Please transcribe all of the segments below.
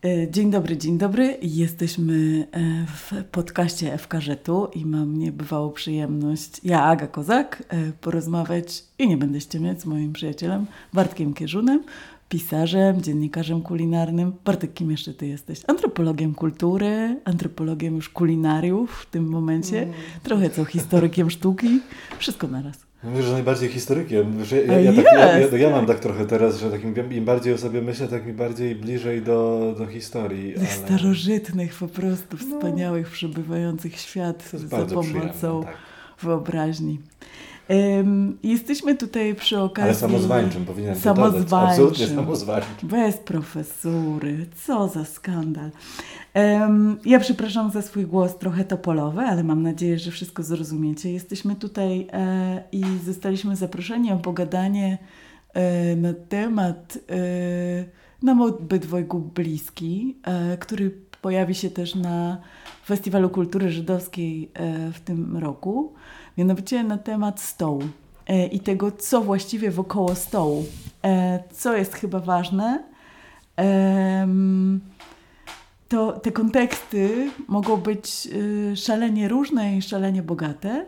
Dzień dobry, dzień dobry. Jesteśmy w podcaście FK-żetu i mam niebywałą przyjemność, ja, Aga Kozak, porozmawiać i nie będę ściemniać z moim przyjacielem Bartkiem Kierzunem, pisarzem, dziennikarzem kulinarnym. Bartek, kim jeszcze ty jesteś? Antropologiem kultury, antropologiem już kulinariów w tym momencie, trochę co historykiem sztuki, wszystko naraz. Mówię, że najbardziej historykiem. Ja mam tak trochę teraz, że takim, im bardziej o sobie myślę, tak mi bardziej bliżej do historii. Tych starożytnych po prostu, wspaniałych, przebywających świat za pomocą wyobraźni. Jesteśmy tutaj przy okazji... Ale samozwańczym powinienem to dodać. Absolutnie samozwańczym. Bez profesury. Co za skandal. Ja przepraszam za swój głos trochę topolowy, ale mam nadzieję, że wszystko zrozumiecie. Jesteśmy tutaj i zostaliśmy zaproszeni o pogadanie na temat nam obydwojgu bliski, który pojawi się też na Festiwalu Kultury Żydowskiej w tym roku. Mianowicie na temat stołu i tego, co właściwie wokoło stołu. Co jest chyba ważne, to te konteksty mogą być szalenie różne i szalenie bogate,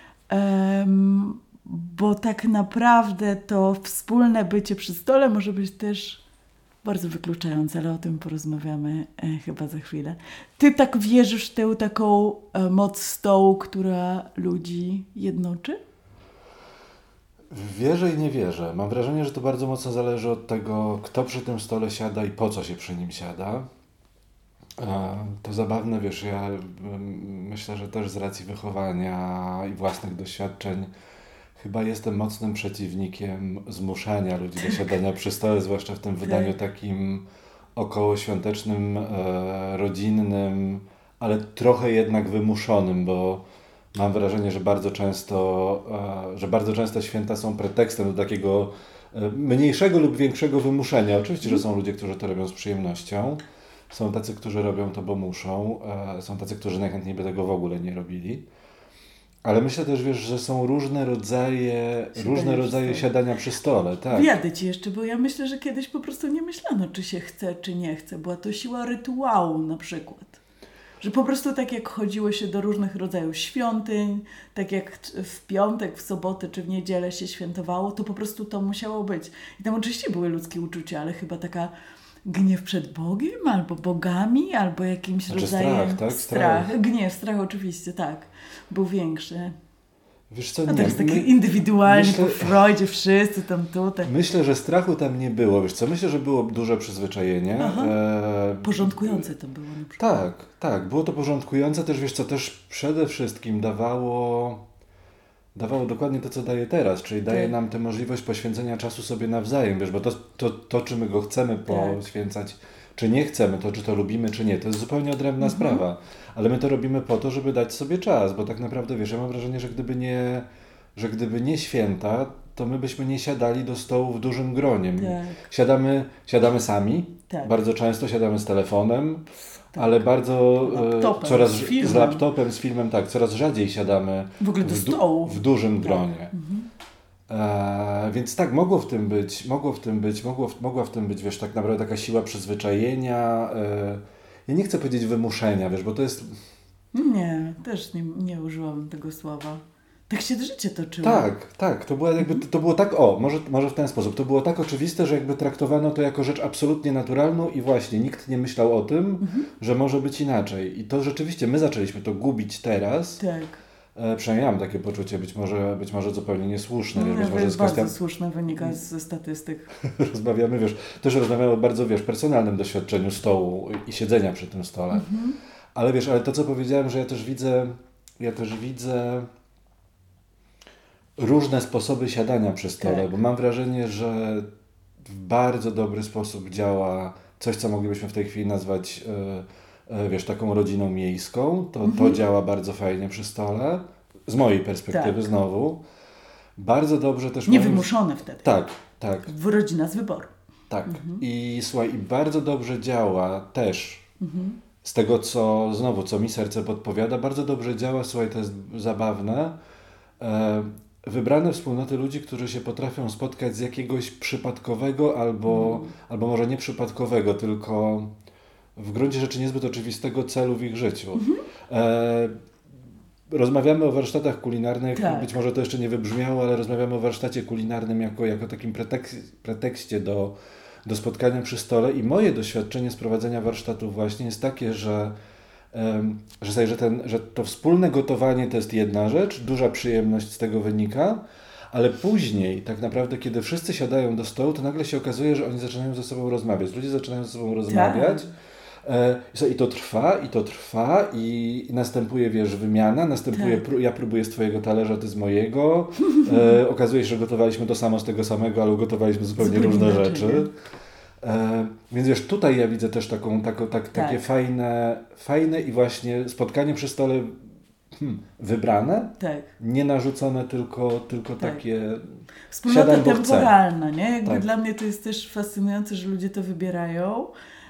bo tak naprawdę to wspólne bycie przy stole może być też bardzo wykluczające, ale o tym porozmawiamy chyba za chwilę. Ty tak wierzysz w tę taką moc stołu, która ludzi jednoczy? Wierzę i nie wierzę. Mam wrażenie, że to bardzo mocno zależy od tego, kto przy tym stole siada i po co się przy nim siada. To zabawne, wiesz, ja myślę, że też z racji wychowania i własnych doświadczeń chyba jestem mocnym przeciwnikiem zmuszania ludzi do siadania przy stole, zwłaszcza w tym wydaniu takim okołoświątecznym, rodzinnym, ale trochę jednak wymuszonym, bo mam wrażenie, że bardzo często święta są pretekstem do takiego mniejszego lub większego wymuszenia. Oczywiście, że są ludzie, którzy to robią z przyjemnością. Są tacy, którzy robią to, bo muszą. Są tacy, którzy najchętniej by tego w ogóle nie robili. Ale myślę też, wiesz, że są różne rodzaje siadania przy stole. Tak. Wyjadę ci jeszcze, bo ja myślę, że kiedyś po prostu nie myślano, czy się chce, czy nie chce. Była to siła rytuału na przykład. Że po prostu tak jak chodziło się do różnych rodzajów świątyń, tak jak w piątek, w sobotę czy w niedzielę się świętowało, to po prostu to musiało być. I tam oczywiście były ludzkie uczucia, ale chyba taka gniew przed Bogiem, albo bogami, albo jakimś rodzajem... Strach, tak? Strach. Gniew, strach oczywiście, tak. Był większy. Wiesz co, a tak taki indywidualnie po Freudzie, wszyscy tam tutaj. Myślę, że strachu tam nie było. Wiesz co, myślę, że było duże przyzwyczajenie. Porządkujące to było na przykład. Tak. Było to porządkujące. Też, wiesz co, też przede wszystkim dawało dokładnie to, co daje teraz, czyli daje nam tę możliwość poświęcenia czasu sobie nawzajem, wiesz, bo to czy my go chcemy poświęcać, czy nie chcemy, to czy to lubimy, czy nie, to jest zupełnie odrębna sprawa, ale my to robimy po to, żeby dać sobie czas, bo tak naprawdę, wiesz, ja mam wrażenie, że gdyby nie święta, to my byśmy nie siadali do stołu w dużym gronie. Tak. Siadamy sami, bardzo często siadamy z telefonem, ale bardzo z laptopem, z filmem, tak, coraz rzadziej siadamy w ogóle do stołu w dużym gronie. Więc tak, mogła w tym być, wiesz, tak naprawdę taka siła przyzwyczajenia. Ja nie chcę powiedzieć wymuszenia, wiesz, bo to jest... Nie, też nie użyłabym tego słowa. Tak się życie toczyło. Tak. To było tak, może w ten sposób. To było tak oczywiste, że jakby traktowano to jako rzecz absolutnie naturalną i właśnie nikt nie myślał o tym, że może być inaczej. I to rzeczywiście my zaczęliśmy to gubić teraz. Tak. Przynajmniej mam takie poczucie, być może zupełnie niesłuszne. No, to jest bardzo słuszne, wynika ze statystyk. Rozmawiamy o bardzo, personalnym doświadczeniu stołu i siedzenia przy tym stole. Ale to co powiedziałem, że ja też widzę różne sposoby siadania przy stole, bo mam wrażenie, że w bardzo dobry sposób działa coś, co moglibyśmy w tej chwili nazwać taką rodziną miejską. To działa bardzo fajnie przy stole. Z mojej perspektywy znowu. Bardzo dobrze też... Niewymuszone wtedy. Tak. Rodzina z wyboru. Tak. I słuchaj, i bardzo dobrze działa też z tego, co mi serce podpowiada, bardzo dobrze działa, słuchaj, to jest zabawne, wybrane wspólnoty ludzi, którzy się potrafią spotkać z jakiegoś przypadkowego albo może nie przypadkowego, tylko w gruncie rzeczy niezbyt oczywistego celu w ich życiu. Rozmawiamy o warsztatach kulinarnych, być może to jeszcze nie wybrzmiało, ale rozmawiamy o warsztacie kulinarnym jako takim pretekście do spotkania przy stole i moje doświadczenie z prowadzenia warsztatów właśnie jest takie, że to wspólne gotowanie to jest jedna rzecz, duża przyjemność z tego wynika, ale później tak naprawdę, kiedy wszyscy siadają do stołu, to nagle się okazuje, że oni zaczynają ze sobą rozmawiać. Ludzie zaczynają ze sobą rozmawiać. I to trwa i następuje, wymiana, ja próbuję z twojego talerza, ty z mojego. Okazuje się, że gotowaliśmy to samo z tego samego, ale ugotowaliśmy zupełnie różne rzeczy. Więc tutaj ja widzę też takie fajne i właśnie spotkanie przy stole wybrane, nie narzucone, tylko takie wspólnota temporalna, nie? Dla mnie to jest też fascynujące, że ludzie to wybierają.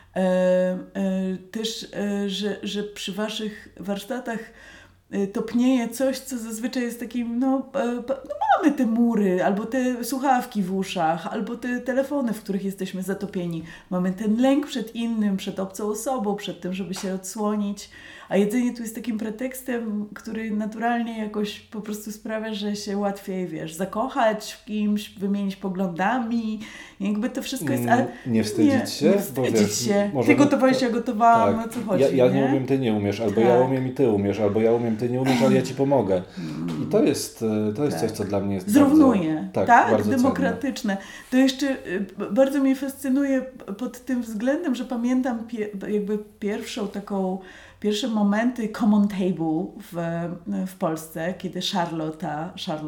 Też, że przy waszych warsztatach topnieje coś, co zazwyczaj jest takim, mamy te mury, albo te słuchawki w uszach, albo te telefony, w których jesteśmy zatopieni. Mamy ten lęk przed innym, przed obcą osobą, przed tym, żeby się odsłonić. A jedzenie tu jest takim pretekstem, który naturalnie jakoś po prostu sprawia, że się łatwiej, zakochać w kimś, wymienić poglądami. Jakby to wszystko jest... Ale nie wstydzić się. Nie wstydzić się. Ty gotowałeś, ja gotowałam, o co chodzi. Ja nie umiem, ty nie umiesz, albo ja umiem i ty umiesz, albo ja umiem, ty nie umiesz, ale ja ci pomogę. I to jest coś, co dla mnie jest zrównuje, bardzo demokratyczne. Cenne. To jeszcze bardzo mnie fascynuje pod tym względem, że pamiętam pierwsze momenty common table w Polsce, kiedy Charlotte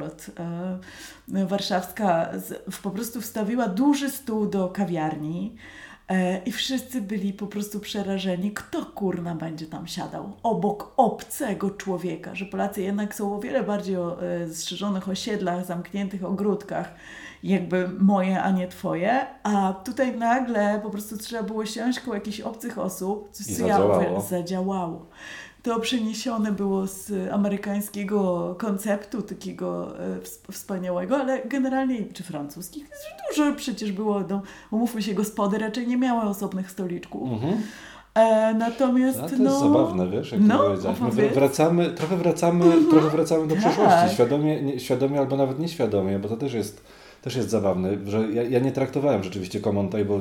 warszawska po prostu wstawiła duży stół do kawiarni i wszyscy byli po prostu przerażeni, kto kurna będzie tam siadał obok obcego człowieka, że Polacy jednak są o wiele bardziej o strzeżonych osiedlach, zamkniętych ogródkach, jakby moje, a nie twoje, a tutaj nagle po prostu trzeba było siąść koło jakichś obcych osób, zadziałało. To przeniesione było z amerykańskiego konceptu, takiego wspaniałego, ale generalnie, czy francuskich, dużo przecież było, umówmy się, gospody raczej nie miały osobnych stoliczków. Natomiast to jest zabawne, jak powiedziałeś. Trochę wracamy do przeszłości, świadomie albo nawet nieświadomie, bo to też jest zabawne, że ja nie traktowałem rzeczywiście common table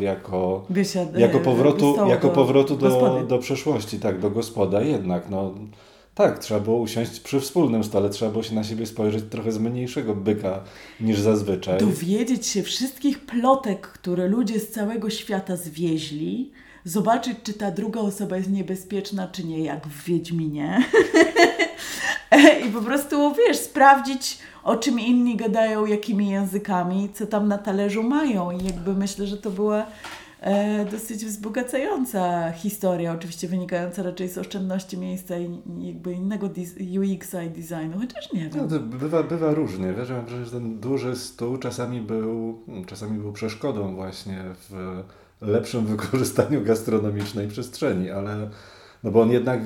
jako powrotu do przeszłości, do gospoda jednak, trzeba było usiąść przy wspólnym stole, trzeba było się na siebie spojrzeć trochę z mniejszego byka niż zazwyczaj. Dowiedzieć się wszystkich plotek, które ludzie z całego świata zwieźli, zobaczyć, czy ta druga osoba jest niebezpieczna, czy nie, jak w Wiedźminie. I po prostu, sprawdzić, o czym inni gadają, jakimi językami, co tam na talerzu mają. I myślę, że to była dosyć wzbogacająca historia, oczywiście wynikająca raczej z oszczędności miejsca i innego UX-a i designu, chociaż nie wiem. To bywa różnie. Że ten duży stół czasami był przeszkodą właśnie w lepszym wykorzystaniu gastronomicznej przestrzeni, ale bo on jednak,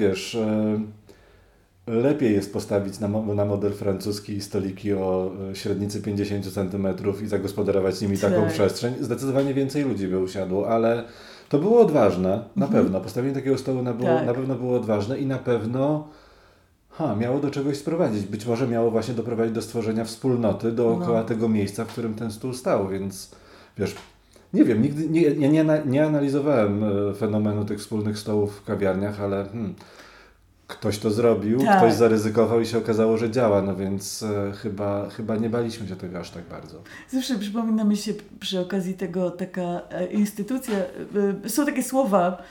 lepiej jest postawić na model francuski stoliki o średnicy 50 cm i zagospodarować nimi taką przestrzeń. Zdecydowanie więcej ludzi by usiadło, ale to było odważne, na pewno. Postawienie takiego stołu na pewno było odważne i na pewno miało do czegoś sprowadzić. Być może miało właśnie doprowadzić do stworzenia wspólnoty dookoła tego miejsca, w którym ten stół stał, więc nie wiem, nigdy nie analizowałem fenomenu tych wspólnych stołów w kawiarniach, ale ktoś to zrobił, ktoś zaryzykował i się okazało, że działa, więc chyba nie baliśmy się tego aż tak bardzo. Zawsze przypomina mi się przy okazji tego taka instytucja, są takie słowa,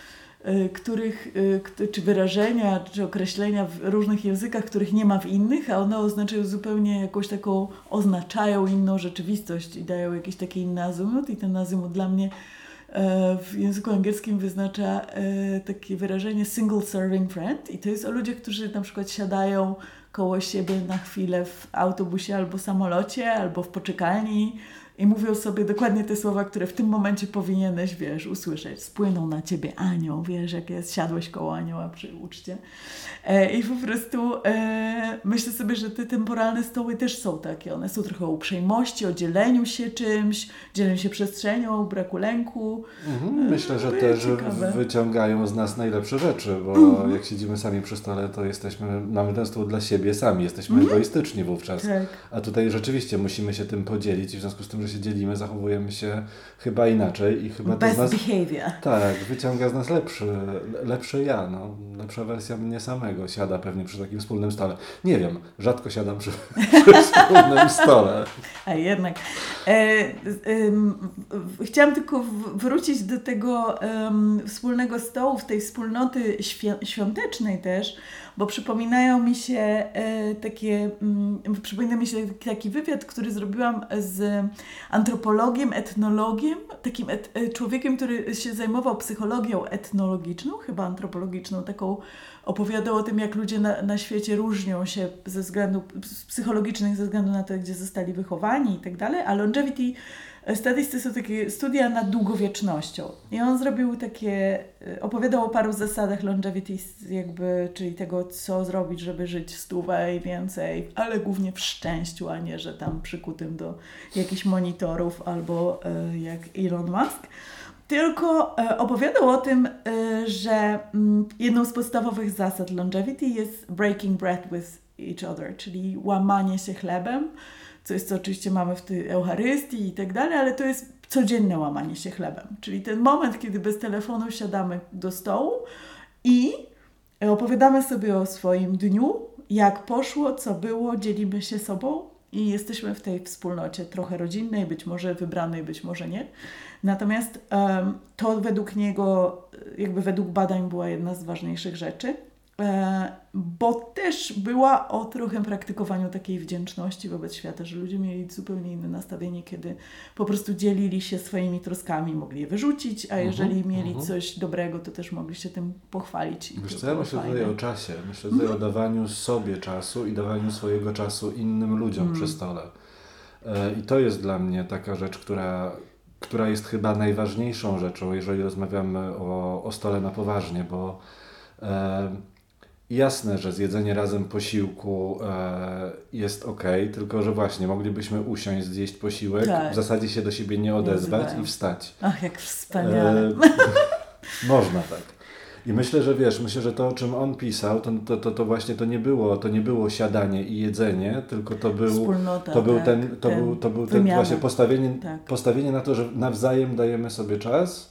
czy wyrażenia, czy określenia w różnych językach, których nie ma w innych, a one oznaczają zupełnie jakąś taką, oznaczają inną rzeczywistość i dają jakiś taki inny azymut i ten azymut dla mnie w języku angielskim wyznacza takie wyrażenie single serving friend i to jest o ludziach, którzy na przykład siadają koło siebie na chwilę w autobusie albo samolocie, albo w poczekalni i mówią sobie dokładnie te słowa, które w tym momencie powinieneś, wiesz, usłyszeć. Spłynął na ciebie anioł, wiesz, jak jest, siadłeś koło anioła przy uczcie. I po prostu myślę sobie, że te temporalne stoły też są takie. One są trochę o uprzejmości, o dzieleniu się czymś, dzieleniu się przestrzenią, braku lęku. Myślę, że też wyciągają z nas najlepsze rzeczy, bo jak siedzimy sami przy stole, to mamy ten stół dla siebie sami, jesteśmy egoistyczni wówczas. Tak. A tutaj rzeczywiście musimy się tym podzielić i w związku z tym, że się dzielimy, zachowujemy się chyba inaczej i chyba to z nas... behavior. Tak, wyciąga z nas lepsze ja, lepsza wersja mnie samego siada pewnie przy takim wspólnym stole. Nie wiem, rzadko siadam przy wspólnym stole. A jednak. Chciałam tylko wrócić do tego wspólnego stołu, w tej wspólnoty świątecznej też, bo przypomina mi się taki wywiad, który zrobiłam z antropologiem, etnologiem, takim człowiekiem, który się zajmował psychologią etnologiczną, chyba antropologiczną, taką opowiadał o tym, jak ludzie na świecie różnią się ze względów psychologicznych, ze względu na to, gdzie zostali wychowani i tak dalej, a longevity studies to są takie studia nad długowiecznością. I on zrobił opowiadał o paru zasadach longevity, czyli tego, co zrobić, żeby żyć 100 i więcej, ale głównie w szczęściu, a nie, że tam przykutym do jakichś monitorów albo jak Elon Musk. Tylko opowiadał o tym, że jedną z podstawowych zasad longevity jest breaking bread with each other, czyli łamanie się chlebem, co jest, co oczywiście mamy w tej Eucharystii i tak dalej, ale to jest codzienne łamanie się chlebem. Czyli ten moment, kiedy bez telefonu siadamy do stołu i opowiadamy sobie o swoim dniu, jak poszło, co było, dzielimy się sobą i jesteśmy w tej wspólnocie trochę rodzinnej, być może wybranej, być może nie. Natomiast to według niego, według badań była jedna z ważniejszych rzeczy, bo też była o trochę praktykowaniu takiej wdzięczności wobec świata, że ludzie mieli zupełnie inne nastawienie, kiedy po prostu dzielili się swoimi troskami, mogli je wyrzucić, a jeżeli mieli coś dobrego, to też mogli się tym pochwalić. Wiesz co, ja myślę tutaj o czasie, myślę tutaj o dawaniu sobie czasu i dawaniu swojego czasu innym ludziom przy stole. I to jest dla mnie taka rzecz, która jest chyba najważniejszą rzeczą, jeżeli rozmawiamy o stole na poważnie, bo jasne, że zjedzenie razem posiłku jest okej, tylko że właśnie moglibyśmy usiąść, zjeść posiłek, w zasadzie się do siebie nie odezwać i wstać. Ach, jak wspaniale. Można tak. I myślę, że to, o czym on pisał, to właśnie to nie było siadanie i jedzenie, tylko to był ten właśnie postawienie na to, że nawzajem dajemy sobie czas,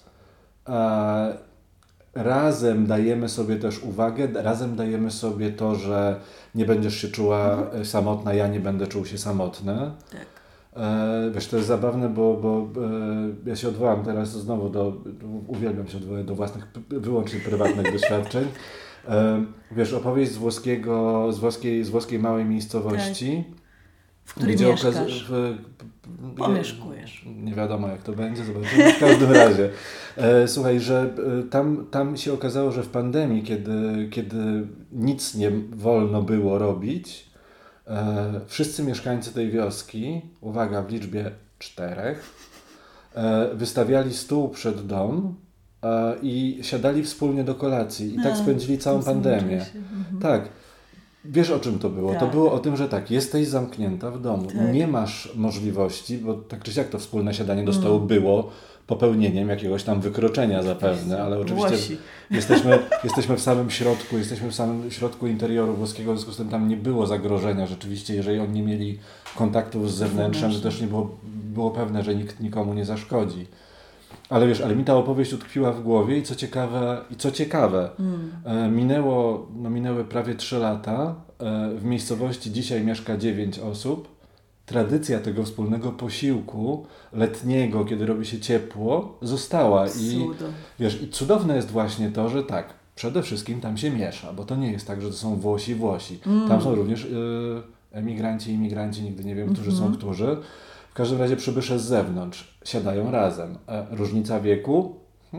razem dajemy sobie też uwagę, razem dajemy sobie to, że nie będziesz się czuła samotna, ja nie będę czuł się samotny. Tak. Wiesz, to jest zabawne, bo ja się odwołam teraz znowu uwielbiam się odwołać do własnych, wyłącznie prywatnych doświadczeń. Wiesz, opowieść z włoskiej małej miejscowości. Tak. W której mieszkasz. Pomieszkujesz. Nie wiadomo, jak to będzie, zobaczymy w każdym razie. Słuchaj, że tam się okazało, że w pandemii, kiedy nic nie wolno było robić, wszyscy mieszkańcy tej wioski, uwaga, w liczbie 4, wystawiali stół przed dom i siadali wspólnie do kolacji i tak spędzili całą pandemię. Tak. Wiesz, o czym to było? Tak. To było o tym, że jesteś zamknięta w domu. Tak. Nie masz możliwości, bo tak czy siak to wspólne siadanie do stołu było popełnieniem jakiegoś tam wykroczenia zapewne, ale oczywiście jesteśmy w samym środku interioru włoskiego, w związku z tym tam nie było zagrożenia rzeczywiście, jeżeli oni nie mieli kontaktów z zewnętrzem, to też nie było pewne, że nikt nikomu nie zaszkodzi. Ale wiesz, mi ta opowieść utkwiła w głowie i co ciekawe, minęły prawie 3 lata, w miejscowości dzisiaj mieszka 9 osób, tradycja tego wspólnego posiłku letniego, kiedy robi się ciepło, została. I cudowne jest właśnie to, że tak, przede wszystkim tam się miesza, bo to nie jest tak, że to są Włosi. Tam są również emigranci, imigranci, nigdy nie wiem, którzy są którzy. W każdym razie przybysze z zewnątrz siadają razem. Różnica wieku?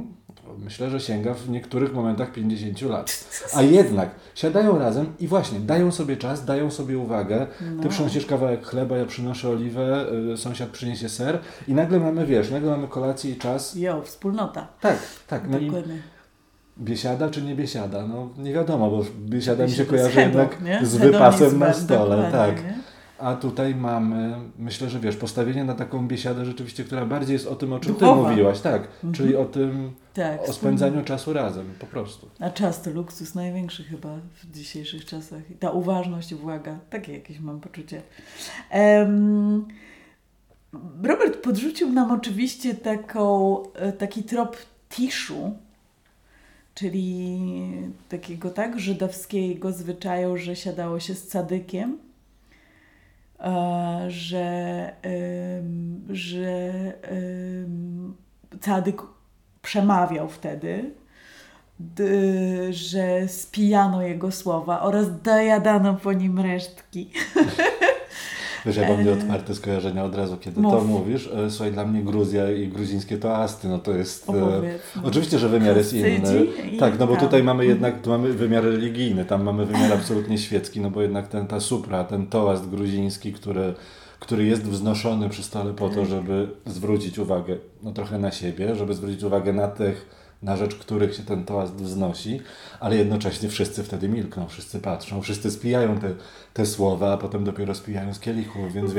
myślę, że sięga w niektórych momentach 50 lat. A jednak siadają razem i właśnie dają sobie czas, dają sobie uwagę. Ty przynosisz kawałek chleba, ja przynoszę oliwę, sąsiad przyniesie ser i nagle mamy, nagle mamy kolację i czas. Wspólnota. Tak. No dokładnie. i biesiada czy nie biesiada? No nie wiadomo, bo biesiada mi się z kojarzy chętą, jednak nie? z wypasem na Hedonizmem, stole. Tak. nie? A tutaj mamy, myślę, że postawienie na taką biesiadę rzeczywiście, która bardziej jest o tym, o czym duchowa. Ty mówiłaś, tak, czyli o tym, o spędzaniu czasu razem, po prostu. A czas to luksus największy chyba w dzisiejszych czasach. I ta uważność i uwaga, takie jakieś mam poczucie. Robert podrzucił nam oczywiście taki trop tiszu, czyli takiego żydowskiego zwyczaju, że siadało się z cadykiem, że cadyk przemawiał wtedy, że spijano jego słowa oraz dojadano po nim resztki. Wiesz, ja mam nieotwarte skojarzenia od razu, kiedy to mówisz. Słuchaj, dla mnie Gruzja i gruzińskie toasty, no to jest... Oczywiście, że wymiar jest inny. Tak, no bo tutaj mamy jednak mamy wymiar religijny, tam mamy wymiar absolutnie świecki, no bo jednak ta supra, ten toast gruziński, który jest wznoszony przy stole po to, żeby zwrócić uwagę trochę na siebie, żeby zwrócić uwagę na rzecz których się ten toast wznosi, ale jednocześnie wszyscy wtedy milkną, wszyscy patrzą, wszyscy spijają te słowa, a potem dopiero spijają z kielichów, więc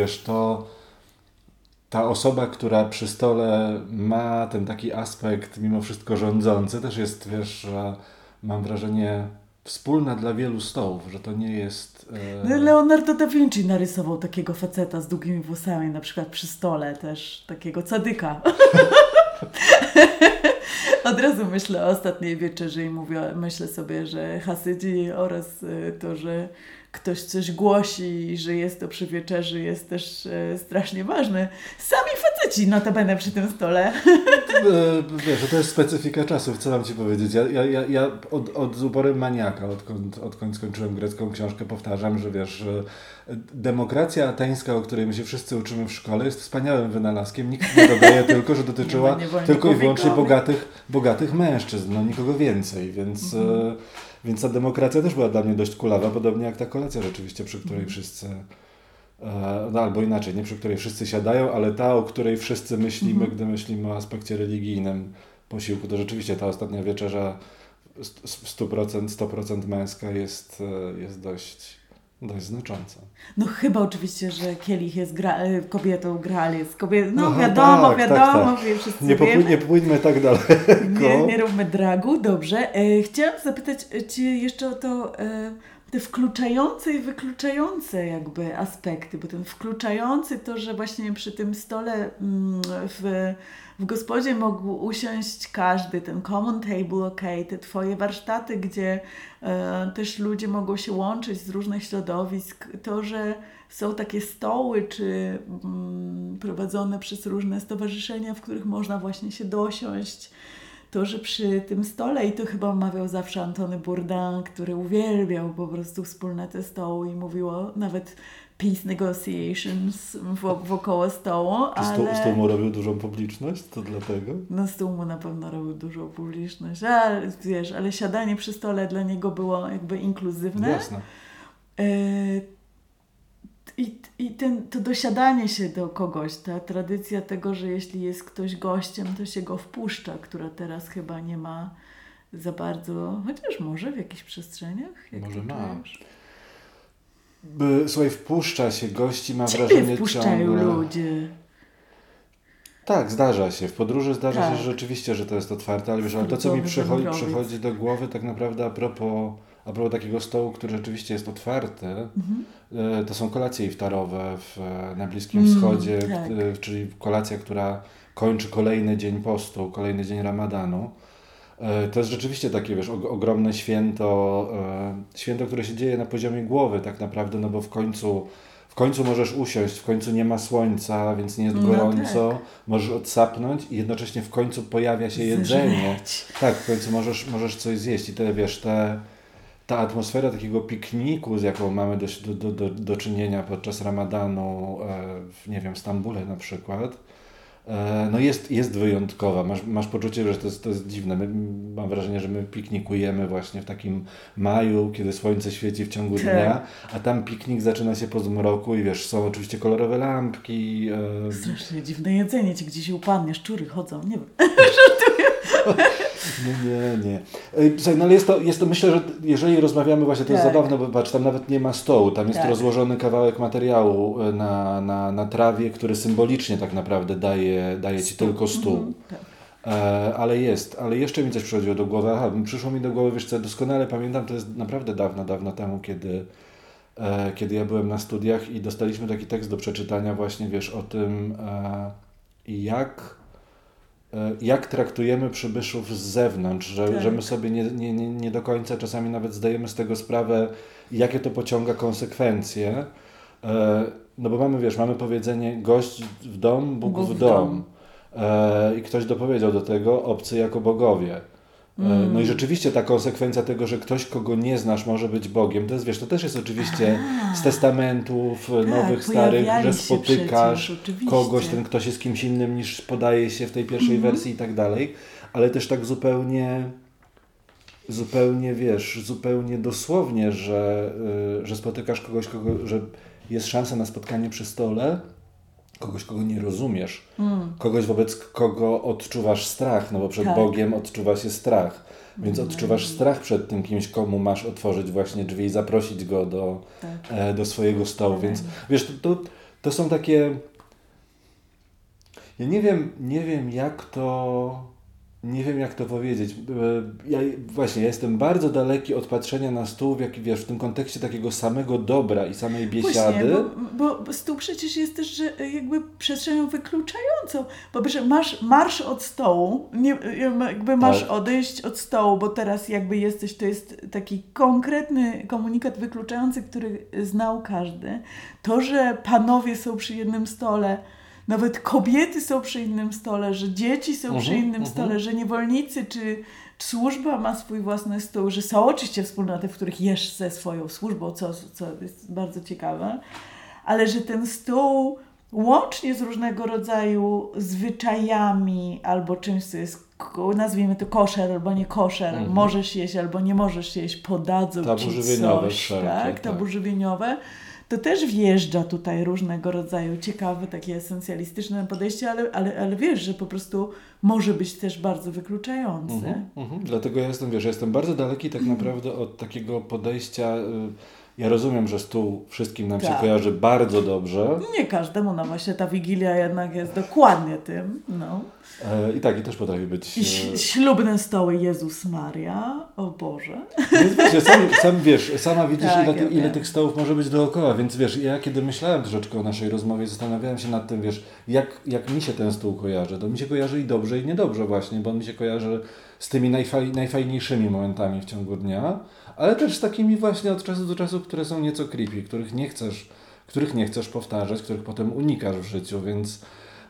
ta osoba, która przy stole ma ten taki aspekt mimo wszystko rządzący, też jest, mam wrażenie, wspólna dla wielu stołów, że to nie jest... Leonardo da Vinci narysował takiego faceta z długimi włosami, na przykład przy stole też, takiego cadyka. Od razu myślę o ostatniej wieczerzy i myślę sobie, że Hasydzi oraz to, że ktoś coś głosi, że jest to przy wieczerzy, jest też strasznie ważne. Sami faceci notabene przy tym stole. Wiesz, że to jest specyfika czasów, co mam Ci powiedzieć. Ja od uporem maniaka, odkąd skończyłem grecką książkę, powtarzam, że że demokracja ateńska, o której my się wszyscy uczymy w szkole, jest wspaniałym wynalazkiem. Nikt nie dodaje tylko, że dotyczyła tylko i wyłącznie bogatych mężczyzn, nikogo więcej, więc ta demokracja też była dla mnie dość kulawa, podobnie jak ta kolacja rzeczywiście, przy której wszyscy, albo inaczej, nie przy której wszyscy siadają, ale ta, o której wszyscy myślimy, gdy myślimy o aspekcie religijnym posiłku, to rzeczywiście ta ostatnia wieczerza 100% męska jest dość znacząca. No chyba oczywiście, że kielich jest kobietą, graal jest kobietą. No wiadomo, tak. Wszyscy nie pójdźmy tak daleko. Nie róbmy dragu, dobrze. Chciałam zapytać Cię jeszcze o to, te wkluczające i wykluczające jakby aspekty, bo ten wkluczający to, że właśnie przy tym stole w gospodzie mógł usiąść każdy, ten common table, te Twoje warsztaty, gdzie też ludzie mogą się łączyć z różnych środowisk, to, że są takie stoły, czy prowadzone przez różne stowarzyszenia, w których można właśnie się dosiąść, to, że przy tym stole, i to chyba mawiał zawsze Antony Bourdain, który uwielbiał po prostu wspólnotę stołu i mówiło nawet peace negotiations wokoło stołu, ale... Stół mu robił dużą publiczność, to dlatego? No stół mu na pewno robił dużą publiczność, ale siadanie przy stole dla niego było jakby inkluzywne. Jasne. I to dosiadanie się do kogoś, ta tradycja tego, że jeśli jest ktoś gościem, to się go wpuszcza, która teraz chyba nie ma za bardzo, chociaż może w jakichś przestrzeniach. Może ma. Słuchaj, wpuszcza się gości, mam wrażenie wpuszczają ciągle... ludzie. Tak, zdarza się. W podróży zdarza się, że rzeczywiście, że to jest otwarte, ale ale to, co mi przychodzi do głowy tak naprawdę a propos takiego stołu, który rzeczywiście jest otwarty, to są kolacje iftarowe na Bliskim Wschodzie, czyli kolacja, która kończy kolejny dzień postu, kolejny dzień Ramadanu. To jest rzeczywiście takie, ogromne święto, które się dzieje na poziomie głowy tak naprawdę, no bo w końcu możesz usiąść, w końcu nie ma słońca, więc nie jest gorąco, możesz odsapnąć i jednocześnie w końcu pojawia się jedzenie. Tak, w końcu możesz coś zjeść i ta atmosfera takiego pikniku, z jaką mamy do czynienia podczas Ramadanu, w Stambule na przykład, no jest wyjątkowa. Masz poczucie, że to jest dziwne. Mam wrażenie, że my piknikujemy właśnie w takim maju, kiedy słońce świeci w ciągu dnia, a tam piknik zaczyna się po zmroku i wiesz, są oczywiście kolorowe lampki. Strasznie dziwne jedzenie, ci gdzieś upadnie, szczury chodzą, nie wiem. Nie. Słuchaj, no ale jest to, myślę, że jeżeli rozmawiamy właśnie, to jest zabawne, bo patrz, tam nawet nie ma stołu, tam jest rozłożony kawałek materiału na trawie, który symbolicznie tak naprawdę daje ci tylko stół. Ale jeszcze mi coś przychodziło do głowy. Przyszło mi do głowy, wiesz co, doskonale pamiętam, to jest naprawdę dawno temu, kiedy ja byłem na studiach i dostaliśmy taki tekst do przeczytania właśnie, wiesz, o tym, jak traktujemy przybyszów z zewnątrz, że my sobie nie do końca czasami nawet zdajemy z tego sprawę, jakie to pociąga konsekwencje. No bo mamy powiedzenie gość w dom, Bóg w dom. I ktoś dopowiedział do tego obcy jako bogowie. No i rzeczywiście ta konsekwencja tego, że ktoś, kogo nie znasz, może być Bogiem, to jest, wiesz, to też jest oczywiście z testamentów nowych, starych, że spotykasz kogoś, ten ktoś jest kimś innym niż podaje się w tej pierwszej wersji i tak dalej, ale też tak zupełnie wiesz, zupełnie dosłownie, że spotykasz kogoś, że jest szansa na spotkanie przy stole, kogoś, kogo nie rozumiesz, kogoś, wobec kogo odczuwasz strach, no bo przed Bogiem odczuwa się strach, więc odczuwasz strach przed tym kimś, komu masz otworzyć właśnie drzwi i zaprosić go do swojego stołu, więc wiesz, to są takie... Ja nie wiem jak to powiedzieć. Ja jestem bardzo daleki od patrzenia na stół, w tym kontekście takiego samego dobra i samej biesiady. Właśnie, bo stół przecież jest też jakby przestrzenią wykluczającą. Po pierwsze, masz marsz od stołu, masz odejść od stołu, bo teraz jakby jesteś, to jest taki konkretny komunikat wykluczający, który znał każdy. To, że panowie są przy jednym stole, nawet kobiety są przy innym stole, że dzieci są przy innym stole, że niewolnicy czy służba ma swój własny stół, że są oczywiście wspólnoty, w których jesz ze swoją służbą, co jest bardzo ciekawe, ale że ten stół łącznie z różnego rodzaju zwyczajami albo czymś, co jest, nazwijmy to koszer albo nie koszer, możesz jeść albo nie możesz jeść, podadzą ci coś, tabu żywieniowe. To też wjeżdża tutaj różnego rodzaju ciekawe, takie esencjalistyczne podejście, ale wiesz, że po prostu może być też bardzo wykluczające. Dlatego ja jestem bardzo daleki tak naprawdę od takiego podejścia. Ja rozumiem, że stół wszystkim nam się kojarzy bardzo dobrze. Nie każdemu, no właśnie ta Wigilia jednak jest dokładnie tym. No. I też potrafi być... Ślubne stoły Jezus Maria, o Boże. Więc wiesz, sama widzisz ile tych stołów może być dookoła, więc wiesz, ja kiedy myślałem troszeczkę o naszej rozmowie, zastanawiałem się nad tym, wiesz, jak mi się ten stół kojarzy. To mi się kojarzy i dobrze, i niedobrze właśnie, bo on mi się kojarzy z tymi najfajniejszymi momentami w ciągu dnia, ale też z takimi właśnie od czasu do czasu, które są nieco creepy, których nie chcesz powtarzać, których potem unikasz w życiu, więc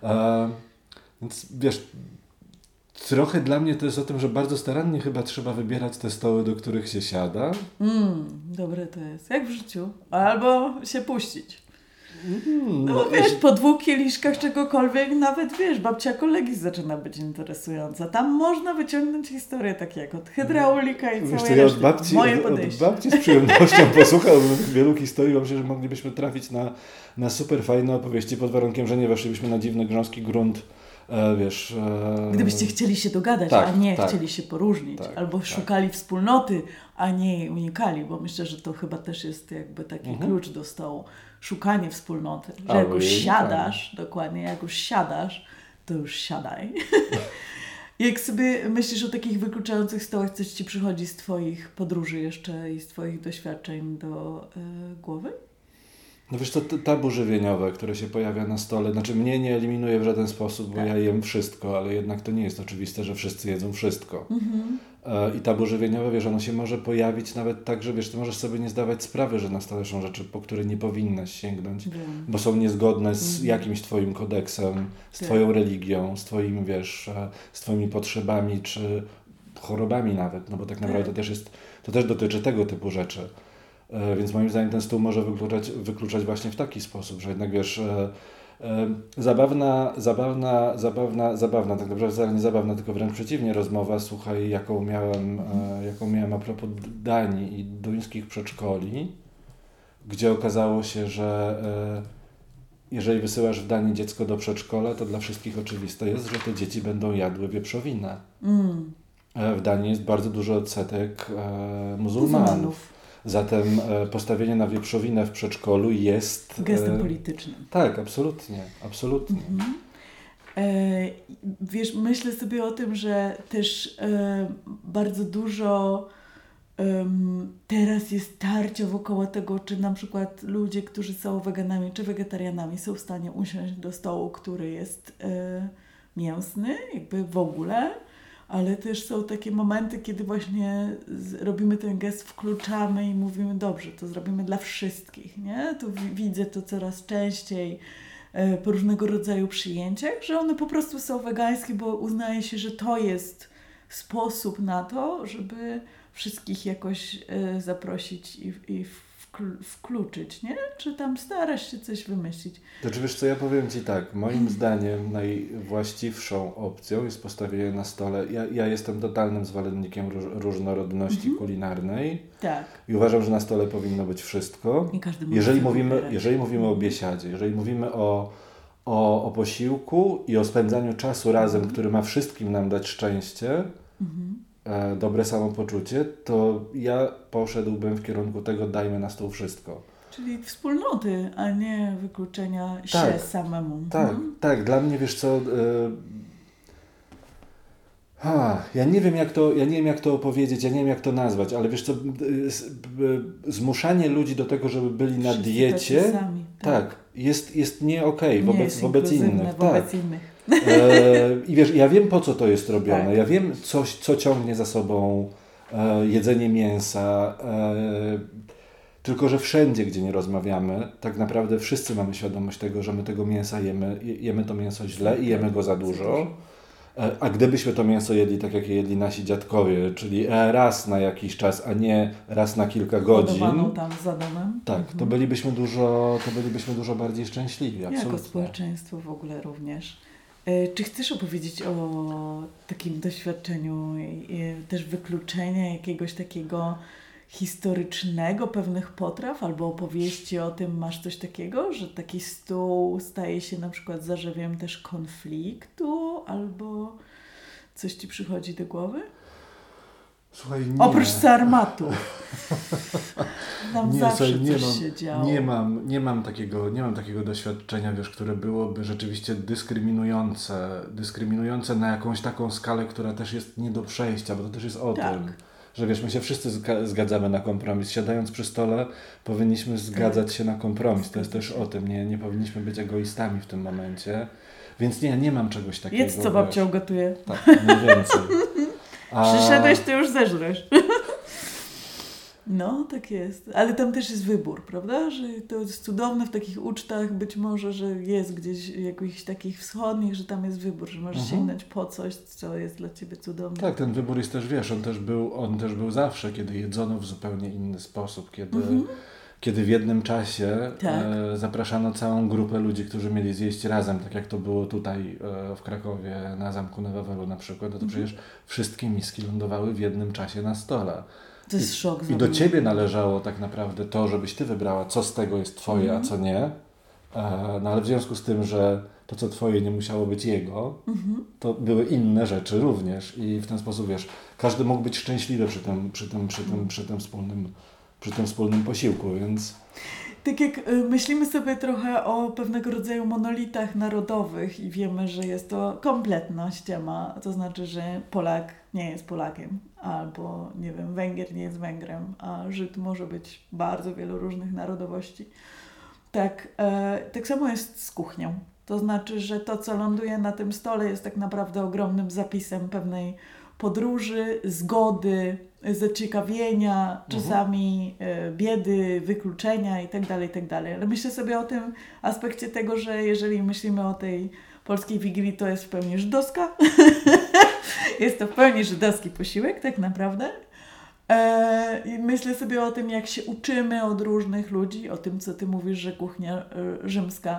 wiesz, trochę dla mnie to jest o tym, że bardzo starannie chyba trzeba wybierać te stoły, do których się siada. Dobre to jest. Jak w życiu. Albo się puścić. No wiesz, po 2 kieliszkach czegokolwiek, nawet wiesz, babcia kolegi zaczyna być interesująca. Tam można wyciągnąć historię takie jak od hydraulika i całej reszty. Moje podejście. Od babci z przyjemnością posłuchałbym wielu historii, bo myślę, że moglibyśmy trafić na super fajne opowieści pod warunkiem, że nie weszlibyśmy na dziwny, grząski grunt. Wiesz, gdybyście chcieli się dogadać, a nie chcieli się poróżnić, albo szukali wspólnoty, a nie jej unikali, bo myślę, że to chyba też jest jakby taki klucz do stołu. Szukanie wspólnoty, że jak już siadasz, dokładnie, jak już siadasz, to już siadaj. Jak sobie myślisz o takich wykluczających stołach, coś ci przychodzi z twoich podróży jeszcze i z twoich doświadczeń do głowy? No wiesz, to tabu żywieniowe, które się pojawia na stole, znaczy mnie nie eliminuje w żaden sposób, bo ja jem wszystko, ale jednak to nie jest oczywiste, że wszyscy jedzą wszystko. I tabu żywieniowe, wiesz, ono się może pojawić nawet tak, że wiesz, ty możesz sobie nie zdawać sprawy, że na stole są rzeczy, po które nie powinnaś sięgnąć, bo są niezgodne z jakimś twoim kodeksem, z twoją religią, z twoim, wiesz, z twoimi potrzebami, czy chorobami nawet, no bo tak naprawdę to też dotyczy tego typu rzeczy. Więc moim zdaniem ten stół może wykluczać właśnie w taki sposób, że jednak wiesz, Zabawna, tak naprawdę wcale nie zabawna, tylko wręcz przeciwnie rozmowa, słuchaj, jaką miałem a propos Danii i duńskich przedszkoli, gdzie okazało się, że jeżeli wysyłasz w Danii dziecko do przedszkola, to dla wszystkich oczywiste jest, że te dzieci będą jadły wieprzowinę. W Danii jest bardzo duży odsetek muzułmanów. Zatem postawienie na wieprzowinę w przedszkolu jest... gestem politycznym. Tak, absolutnie. Wiesz, myślę sobie o tym, że też bardzo dużo teraz jest tarcia wokoło tego, czy na przykład ludzie, którzy są weganami czy wegetarianami, są w stanie usiąść do stołu, który jest mięsny, jakby w ogóle, ale też są takie momenty, kiedy właśnie robimy ten gest, wkluczamy i mówimy, dobrze, to zrobimy dla wszystkich, nie? Tu widzę to coraz częściej po różnego rodzaju przyjęciach, że one po prostu są wegańskie, bo uznaje się, że to jest sposób na to, żeby wszystkich jakoś zaprosić i wkluczyć, nie? Czy tam starasz się coś wymyślić? To czy wiesz co, ja powiem Ci tak, moim zdaniem najwłaściwszą opcją jest postawienie na stole, ja jestem totalnym zwolennikiem różnorodności kulinarnej. Tak. I uważam, że na stole powinno być wszystko. I każdy jeżeli mówimy o biesiadzie, jeżeli mówimy o posiłku i o spędzaniu czasu razem, który ma wszystkim nam dać szczęście, dobre samopoczucie, to ja poszedłbym w kierunku tego, dajmy na stół wszystko. Czyli wspólnoty, a nie wykluczenia się samemu. Tak. Dla mnie, wiesz co, ja nie wiem jak to opowiedzieć, ja nie wiem jak to nazwać, ale wiesz co, zmuszanie ludzi do tego, żeby byli na diecie, sami, jest nie okej wobec innych. Wobec innych. I wiesz, ja wiem po co to jest robione, ja wiem co ciągnie za sobą jedzenie mięsa, tylko że wszędzie, gdzie nie rozmawiamy, tak naprawdę wszyscy mamy świadomość tego, że my tego mięsa jemy to mięso źle i jemy go za dużo. A gdybyśmy to mięso jedli tak, jak je jedli nasi dziadkowie, czyli raz na jakiś czas, a nie raz na kilka godzin, tam za domem. to bylibyśmy dużo bardziej szczęśliwi. Absolutnie. Jako społeczeństwo w ogóle również. Czy chcesz opowiedzieć o takim doświadczeniu też wykluczenia jakiegoś takiego historycznego pewnych potraw albo opowieści o tym? Masz coś takiego, że taki stół staje się na przykład zarzewiem też konfliktu albo coś Ci przychodzi do głowy? Słuchaj, nie. Oprócz sarmatów. Tam zawsze się działo. Nie mam takiego doświadczenia, wiesz, które byłoby rzeczywiście dyskryminujące na jakąś taką skalę, która też jest nie do przejścia, bo to też jest o tym, że wiesz, my się wszyscy zgadzamy na kompromis. Siadając przy stole powinniśmy zgadzać się na kompromis. To jest też o tym. Nie powinniśmy być egoistami w tym momencie. Więc nie mam czegoś takiego. Jedz co babcia ugotuje. Tak, mniej więcej. Przyszedłeś, to już zeżresz. No, tak jest. Ale tam też jest wybór, prawda? Że to jest cudowne w takich ucztach, być może, że jest gdzieś jakichś takich wschodnich, że tam jest wybór, że możesz sięgnąć po coś, co jest dla Ciebie cudowne. Tak, ten wybór jest też, wiesz, on też był zawsze, kiedy jedzono w zupełnie inny sposób, kiedy w jednym czasie zapraszano całą grupę ludzi, którzy mieli zjeść razem, tak jak to było tutaj w Krakowie na Zamku na Wawelu na przykład, to przecież wszystkie miski lądowały w jednym czasie na stole. To jest szok. I do Ciebie należało tak naprawdę to, żebyś Ty wybrała, co z tego jest Twoje, a co nie. No ale w związku z tym, że to, co Twoje nie musiało być jego, to były inne rzeczy również. I w ten sposób, wiesz, każdy mógł być szczęśliwy przy tym wspólnym posiłku, więc... Tak jak myślimy sobie trochę o pewnego rodzaju monolitach narodowych i wiemy, że jest to kompletna ściema, to znaczy, że Polak nie jest Polakiem, albo, nie wiem, Węgier nie jest Węgrem, a Żyd może być bardzo wielu różnych narodowości. Tak samo jest z kuchnią. To znaczy, że to, co ląduje na tym stole, jest tak naprawdę ogromnym zapisem pewnej podróży, zgody, zaciekawienia, czasami biedy, wykluczenia itd., itd. Ale myślę sobie o tym aspekcie tego, że jeżeli myślimy o tej polskiej Wigilii, to jest w pełni żydowska. Jest to w pełni żydowski posiłek, tak naprawdę. I myślę sobie o tym, jak się uczymy od różnych ludzi, o tym, co Ty mówisz, że kuchnia rzymska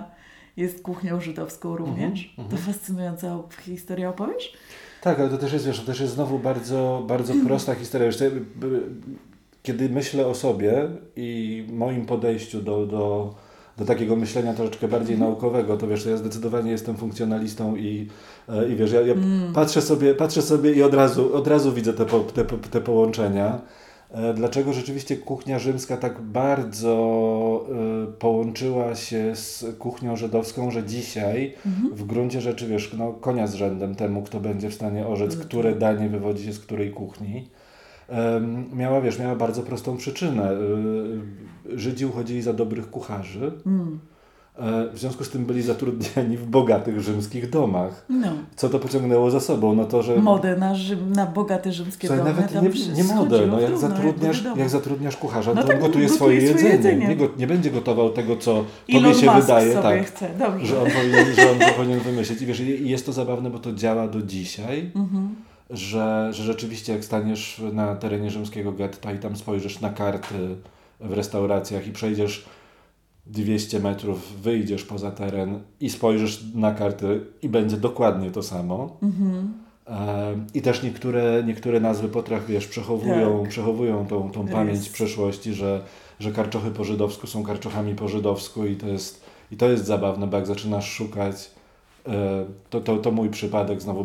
jest kuchnią żydowską również. To fascynująca historia, opowiesz? Tak, ale to też jest, wiesz, to też jest znowu bardzo, bardzo prosta historia. Wiesz, kiedy myślę o sobie i moim podejściu do takiego myślenia troszeczkę bardziej naukowego, to wiesz, to ja zdecydowanie jestem funkcjonalistą i wiesz, ja patrzę sobie i od razu widzę te połączenia. Dlaczego rzeczywiście kuchnia rzymska tak bardzo połączyła się z kuchnią żydowską, że dzisiaj w gruncie rzeczy, wiesz, no, konia z rzędem temu, kto będzie w stanie orzec, które danie wywodzi się z której kuchni. Miała bardzo prostą przyczynę. Żydzi uchodzili za dobrych kucharzy. W związku z tym byli zatrudniani w bogatych rzymskich domach. No. Co to pociągnęło za sobą? No to, że... Modę na bogate rzymskie domy. Nawet nie modę. No, jak zatrudniasz kucharza, to on gotuje swoje jedzenie. Nie będzie gotował tego, co tobie się wydaje, tak, chce. Że on powinien wymyślić. I wiesz, jest to zabawne, bo to działa do dzisiaj. Że rzeczywiście jak staniesz na terenie rzymskiego getta i tam spojrzysz na karty w restauracjach i przejdziesz 200 metrów, wyjdziesz poza teren i spojrzysz na karty i będzie dokładnie to samo. I też niektóre nazwy potraw, wiesz, przechowują tą pamięć przeszłości, że karczochy po żydowsku są karczochami po żydowsku i to jest zabawne, bo jak zaczynasz szukać, to mój przypadek znowu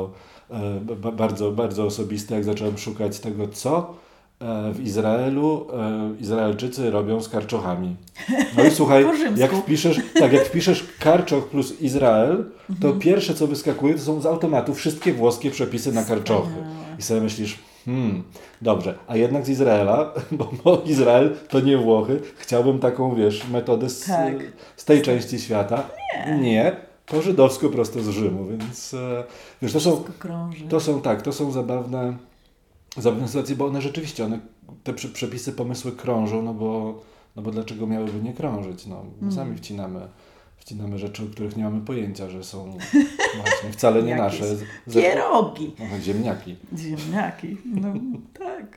bardzo osobisty, jak zacząłem szukać tego, co w Izraelu Izraelczycy robią z karczochami. No i słuchaj, jak wpiszesz karczoch plus Izrael, to pierwsze co wyskakuje to są z automatu wszystkie włoskie przepisy na karczochy. I sobie myślisz, dobrze, a jednak z Izraela, bo Izrael to nie Włochy, chciałbym taką, wiesz, metodę z tej części świata. Nie. Po żydowsku prosto z Rzymu, więc wiesz, to są zabawne sytuacje, bo one rzeczywiście, te przepisy, pomysły krążą, no bo dlaczego miałyby nie krążyć? No, sami wcinamy rzeczy, o których nie mamy pojęcia, że są właśnie wcale nie nasze. Pierogi. Ziemniaki. No tak.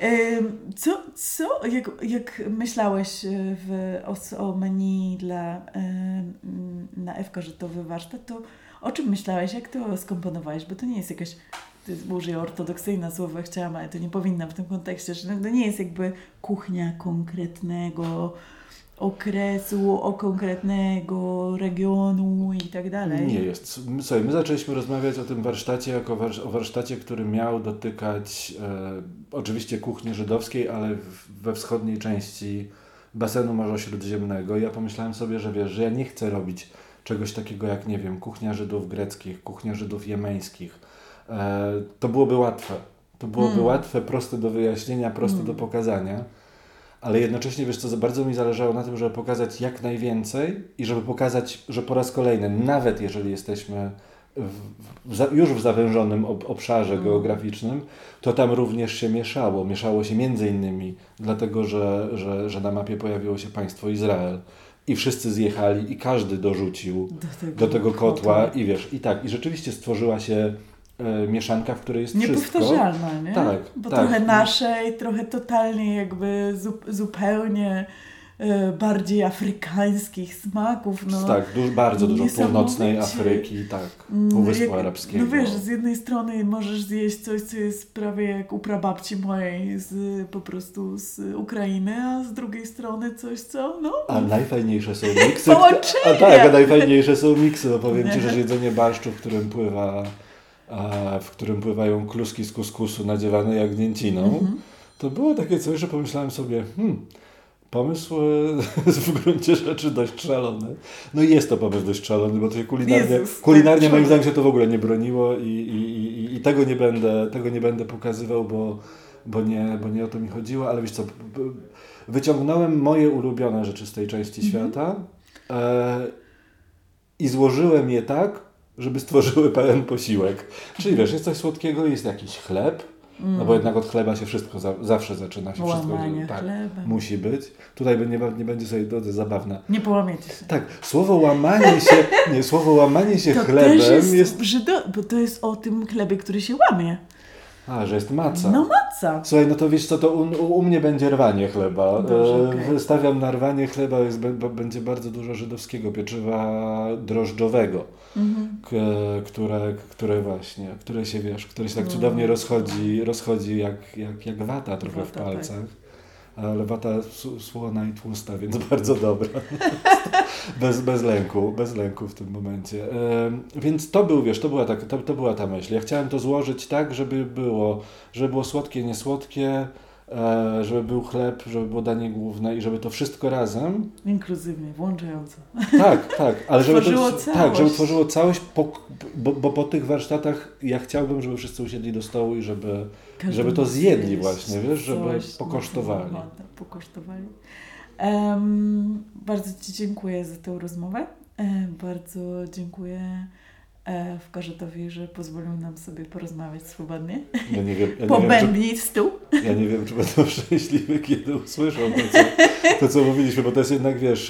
Jak myślałeś o menu na Ewka, że to warsztat, to o czym myślałeś? Jak to skomponowałeś? Bo to nie jest jakaś, użyję ortodoksyjne słowa, chciałam, ale to nie powinna w tym kontekście, że to nie jest jakby kuchnia konkretnego okresu, konkretnego regionu i tak dalej. Nie jest. Słuchaj, my zaczęliśmy rozmawiać o tym warsztacie jako o warsztacie, który miał dotykać oczywiście kuchni żydowskiej, ale we wschodniej części basenu Morza Śródziemnego. Ja pomyślałem sobie, że wiesz, że ja nie chcę robić czegoś takiego jak, nie wiem, kuchnia Żydów greckich, kuchnia Żydów jemeńskich. To byłoby łatwe. To byłoby łatwe, proste do wyjaśnienia, proste do pokazania. Ale jednocześnie, wiesz co, bardzo mi zależało na tym, żeby pokazać jak najwięcej i żeby pokazać, że po raz kolejny, nawet jeżeli jesteśmy już w zawężonym obszarze geograficznym, to tam również się mieszało. Mieszało się między innymi dlatego, że na mapie pojawiło się państwo Izrael i wszyscy zjechali i każdy dorzucił do tego kotła i wiesz, i rzeczywiście stworzyła się mieszanka, w której jest niepowtarzalna, nie? Tak. Bo trochę naszej, trochę totalnie jakby zupełnie bardziej afrykańskich smaków. No, tak, bardzo dużo północnej Afryki, tak, Półwyspu Arabskiego. No wiesz, z jednej strony możesz zjeść coś, co jest prawie jak u prababci mojej po prostu z Ukrainy, a z drugiej strony coś, co A najfajniejsze są miksy. Połączenie! A najfajniejsze są miksy. No powiem Ci, że jedzenie barszczu, w którym pływają kluski z kuskusu nadziewane jagnięciną, to było takie coś, że pomyślałem sobie, pomysł w gruncie rzeczy dość szalony. No i jest to pomysł dość szalony, bo to się kulinarnie moim zdaniem się to w ogóle nie broniło i tego nie będę pokazywał, bo nie o to mi chodziło, ale wiesz co, wyciągnąłem moje ulubione rzeczy z tej części świata i złożyłem je tak, żeby stworzyły pewien posiłek. Czyli wiesz, jest coś słodkiego, jest jakiś chleb, no bo jednak od chleba się wszystko zawsze zaczyna się. Łamanie wszystko chleba. Musi być. Tutaj nie będzie sobie to zabawne. Nie połamiecie się. Tak, słowo łamanie się to chlebem też jest... bo to jest o tym chlebie, który się łamie. A, że jest maca. No maca. Słuchaj, no to wiesz co, to u mnie będzie rwanie chleba. Dobrze, okay. Stawiam na rwanie chleba, będzie bardzo dużo żydowskiego pieczywa drożdżowego, które się, wiesz, które się tak cudownie rozchodzi jak wata trochę w palcach. Tak. Ale wata słona i tłusta, więc bardzo dobra. bez lęku w tym momencie. Więc to był, wiesz, to była ta myśl. Ja chciałem to złożyć tak, żeby było słodkie, niesłodkie, żeby był chleb, żeby było danie główne i żeby to wszystko razem... Inkluzywnie, włączająco. Tak, ale żeby tworzyło całość, bo po tych warsztatach ja chciałbym, żeby wszyscy usiedli do stołu i żeby to zjedli właśnie, wiesz, żeby pokosztowali. Bardzo Ci dziękuję za tę rozmowę. Bardzo dziękuję Wkarzetowi, że pozwolił nam sobie porozmawiać swobodnie. Ja nie wiem, Pobębnić stół. Ja nie wiem, czy będą szczęśliwi, kiedy usłyszą to, co mówiliśmy, bo to jest jednak, wiesz,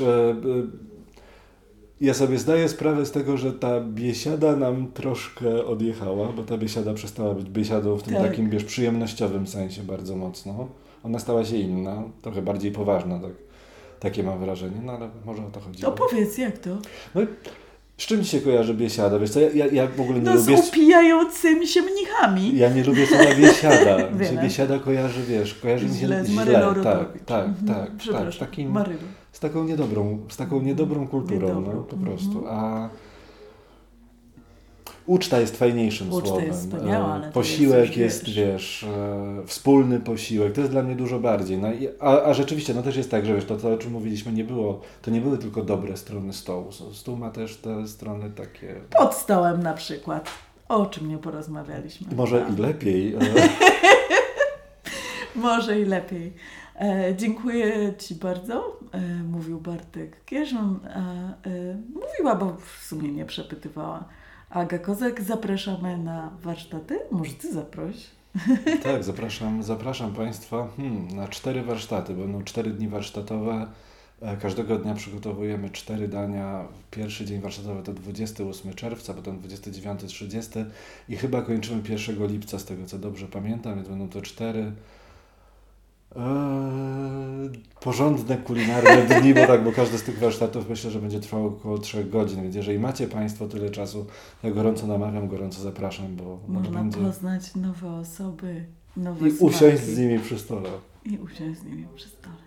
ja sobie zdaję sprawę z tego, że ta biesiada nam troszkę odjechała, bo ta biesiada przestała być biesiadą w tym takim, wiesz, przyjemnościowym sensie bardzo mocno. Ona stała się inna, trochę bardziej poważna, takie mam wrażenie, no ale może o to chodzi. To powiedz, jak to? No, z czym ci się kojarzy biesiada? Wiesz co, ja w ogóle nie lubię... z upijającymi się mnichami. Ja nie lubię słowa biesiada. Mi się biesiada kojarzy mi się źle. Tak, z taką niedobrą kulturą, no, po prostu. A uczta jest fajniejszym słowem. Uczta jest wspaniała, ale posiłek jest, wiesz, wspólny posiłek. To jest dla mnie dużo bardziej. No, a rzeczywiście, no też jest tak, że wiesz, to o czym mówiliśmy, to nie były tylko dobre strony stołu. Stół ma też te strony takie... Pod stołem na przykład. O czym nie porozmawialiśmy. Może i lepiej. Może i lepiej. Dziękuję Ci bardzo, mówił Bartek Kierzun. Mówiła, bo w sumie nie przepytywała. Aga Kozak, zapraszamy na warsztaty. Może Ty zaproś? Tak, zapraszam Państwa na 4 warsztaty. Będą 4 dni warsztatowe. Każdego dnia przygotowujemy 4 dania. Pierwszy dzień warsztatowy to 28 czerwca, potem 29, 30 i chyba kończymy 1 lipca, z tego co dobrze pamiętam, więc będą to 4 porządne, kulinarne dni, bo każdy z tych warsztatów myślę, że będzie trwał około 3 godzin, więc jeżeli macie Państwo tyle czasu, ja gorąco namawiam, gorąco zapraszam, bo można będzie... poznać nowe osoby, nowe I usiąść z nimi przy stole.